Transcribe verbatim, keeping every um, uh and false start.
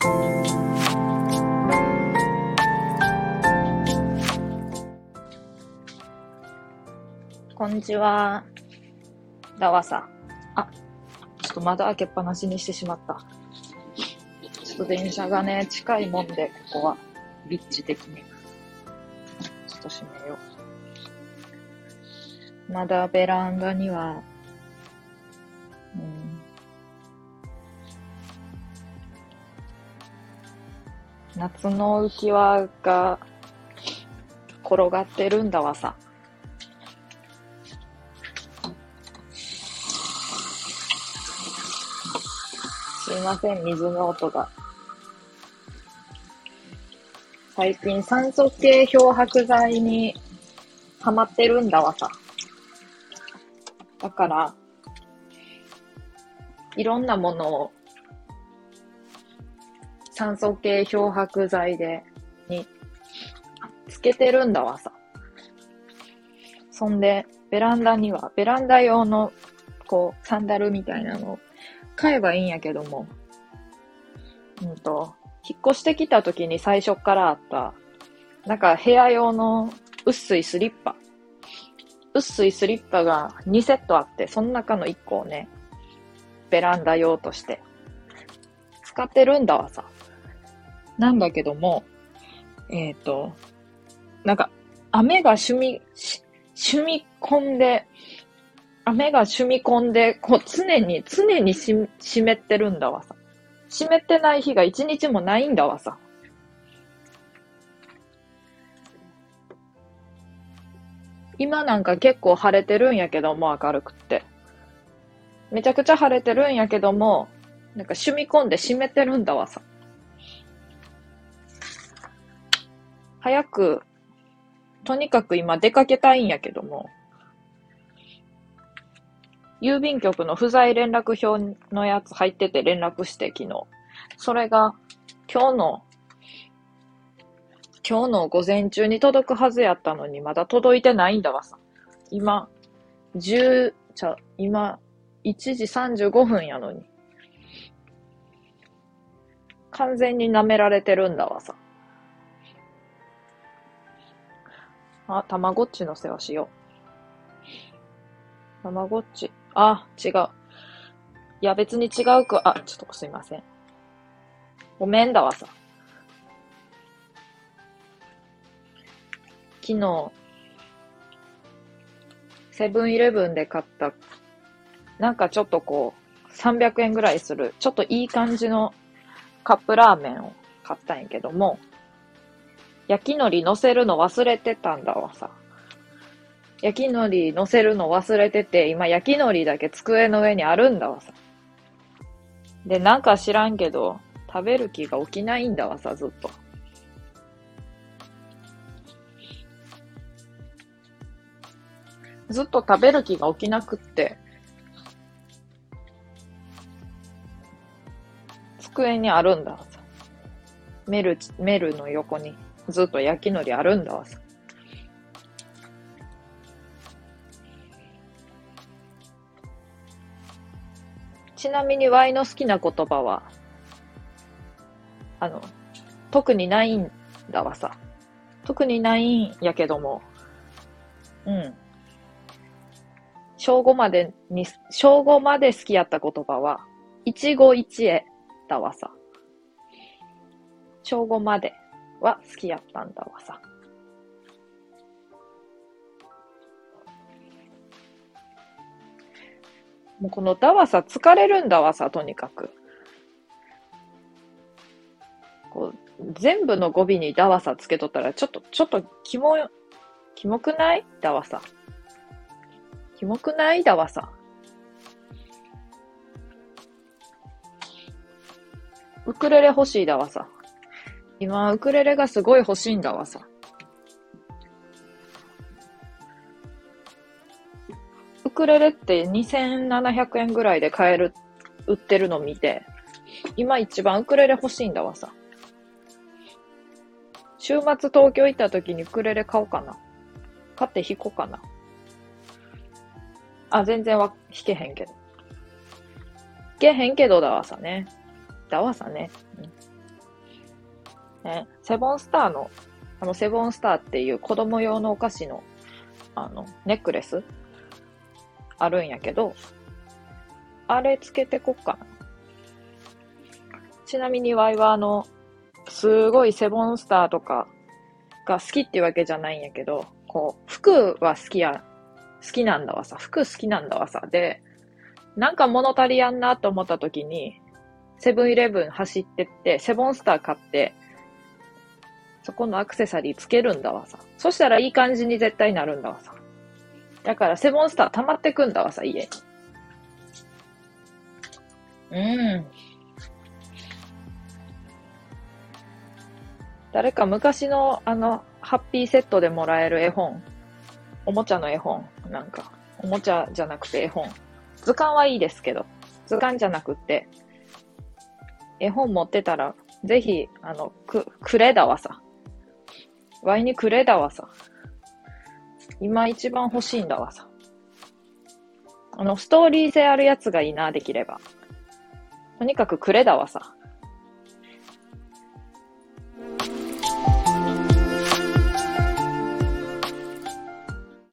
こんにちは。だわさ。あ、ちょっと窓開けっぱなしにしてしまった。ちょっと電車がね、近いもんで、ここは、立地的に。ちょっと閉めよう。まだベランダには、うん、夏の浮き輪が転がってるんだわさ。すいません、水の音が。最近酸素系漂白剤にハマってるんだわさ。だから、いろんなものを酸素系漂白剤で、につけてるんだわさ。そんで、ベランダには、ベランダ用の、こう、サンダルみたいなのを買えばいいんやけども、うんと、引っ越してきた時に最初からあった、なんか部屋用の薄いスリッパ。薄いスリッパがにセットあって、その中のいっこをね、ベランダ用として使ってるんだわさ。なんだけども、えっと、なんか、雨が染み、染み込んで、雨が染み込んで、こう常に、常にし湿ってるんだわさ。湿ってない日が一日もないんだわさ。今なんか結構晴れてるんやけども、明るくって。めちゃくちゃ晴れてるんやけども、なんか染み込んで湿ってるんだわさ。早く、とにかく今出かけたいんやけども、郵便局の不在連絡表のやつ入ってて連絡して昨日。それが今日の、今日の午前中に届くはずやったのにまだ届いてないんだわさ。今、じゅう、じゃ、今、いちじさんじゅうごふんやのに。完全に舐められてるんだわさ。あ、たまごっちの世話しよう。たまごっち。あ、違う。いや別に違うく、あ、ちょっとすいません。ごめんだわさ。昨日、セブンイレブンで買った、なんかちょっとこう、さんびゃくえんぐらいする、ちょっといい感じのカップラーメンを買ったんやけども、焼き海苔乗せるの忘れてたんだわさ。焼き海苔乗せるの忘れてて、今焼き海苔だけ机の上にあるんだわさ。で、なんか知らんけど、食べる気が起きないんだわさ、ずっと。ずっと食べる気が起きなくって、机にあるんだわさ。メル、メルの横にずっと焼き海苔あるんだわさ。ちなみにワイの好きな言葉は、あの、特にないんだわさ。特にないんやけども、うん。小ごまでに、小ごまで好きやった言葉は、一期一会だわさ。小ごまでは好きやったんだわさ。もうこのだわさ疲れるんだわさ、とにかく。こう全部の語尾にだわさつけとったら、ちょっと、ちょっと、キモ、キモくないだわさ。キモくないだわさ。ウクレレ欲しいだわさ。今、ウクレレがすごい欲しいんだわさ。ウクレレってにせんななひゃくえんぐらいで買える、売ってるの見て、今一番ウクレレ欲しいんだわさ。週末東京行った時にウクレレ買おうかな。買って弾こうかな。あ、全然は弾けへんけど。弾けへんけどだわさね。だわさね。うん、 ね、セボンスターの、あのセボンスターっていう子供用のお菓子の、あの、ネックレスあるんやけど、あれつけてこっかな。ちなみにワイはあの、すごいセボンスターとかが好きっていうわけじゃないんやけど、こう、服は好きや、好きなんだわさ。服好きなんだわさ。で、なんか物足りやんなと思った時に、セブンイレブン走ってって、セボンスター買って、そこのアクセサリーつけるんだわさ。そしたらいい感じに絶対なるんだわさ。だからセボンスター溜まってくんだわさ、家に。うん。誰か昔のあの、ハッピーセットでもらえる絵本。おもちゃの絵本。なんか、おもちゃじゃなくて絵本。図鑑はいいですけど、図鑑じゃなくって、絵本持ってたら、ぜひ、あの、く、くれだわさ。ワイにくれだわさ。今一番欲しいんだわさ。あの、ストーリー性あるやつがいいな、できれば。とにかくくれだわさ。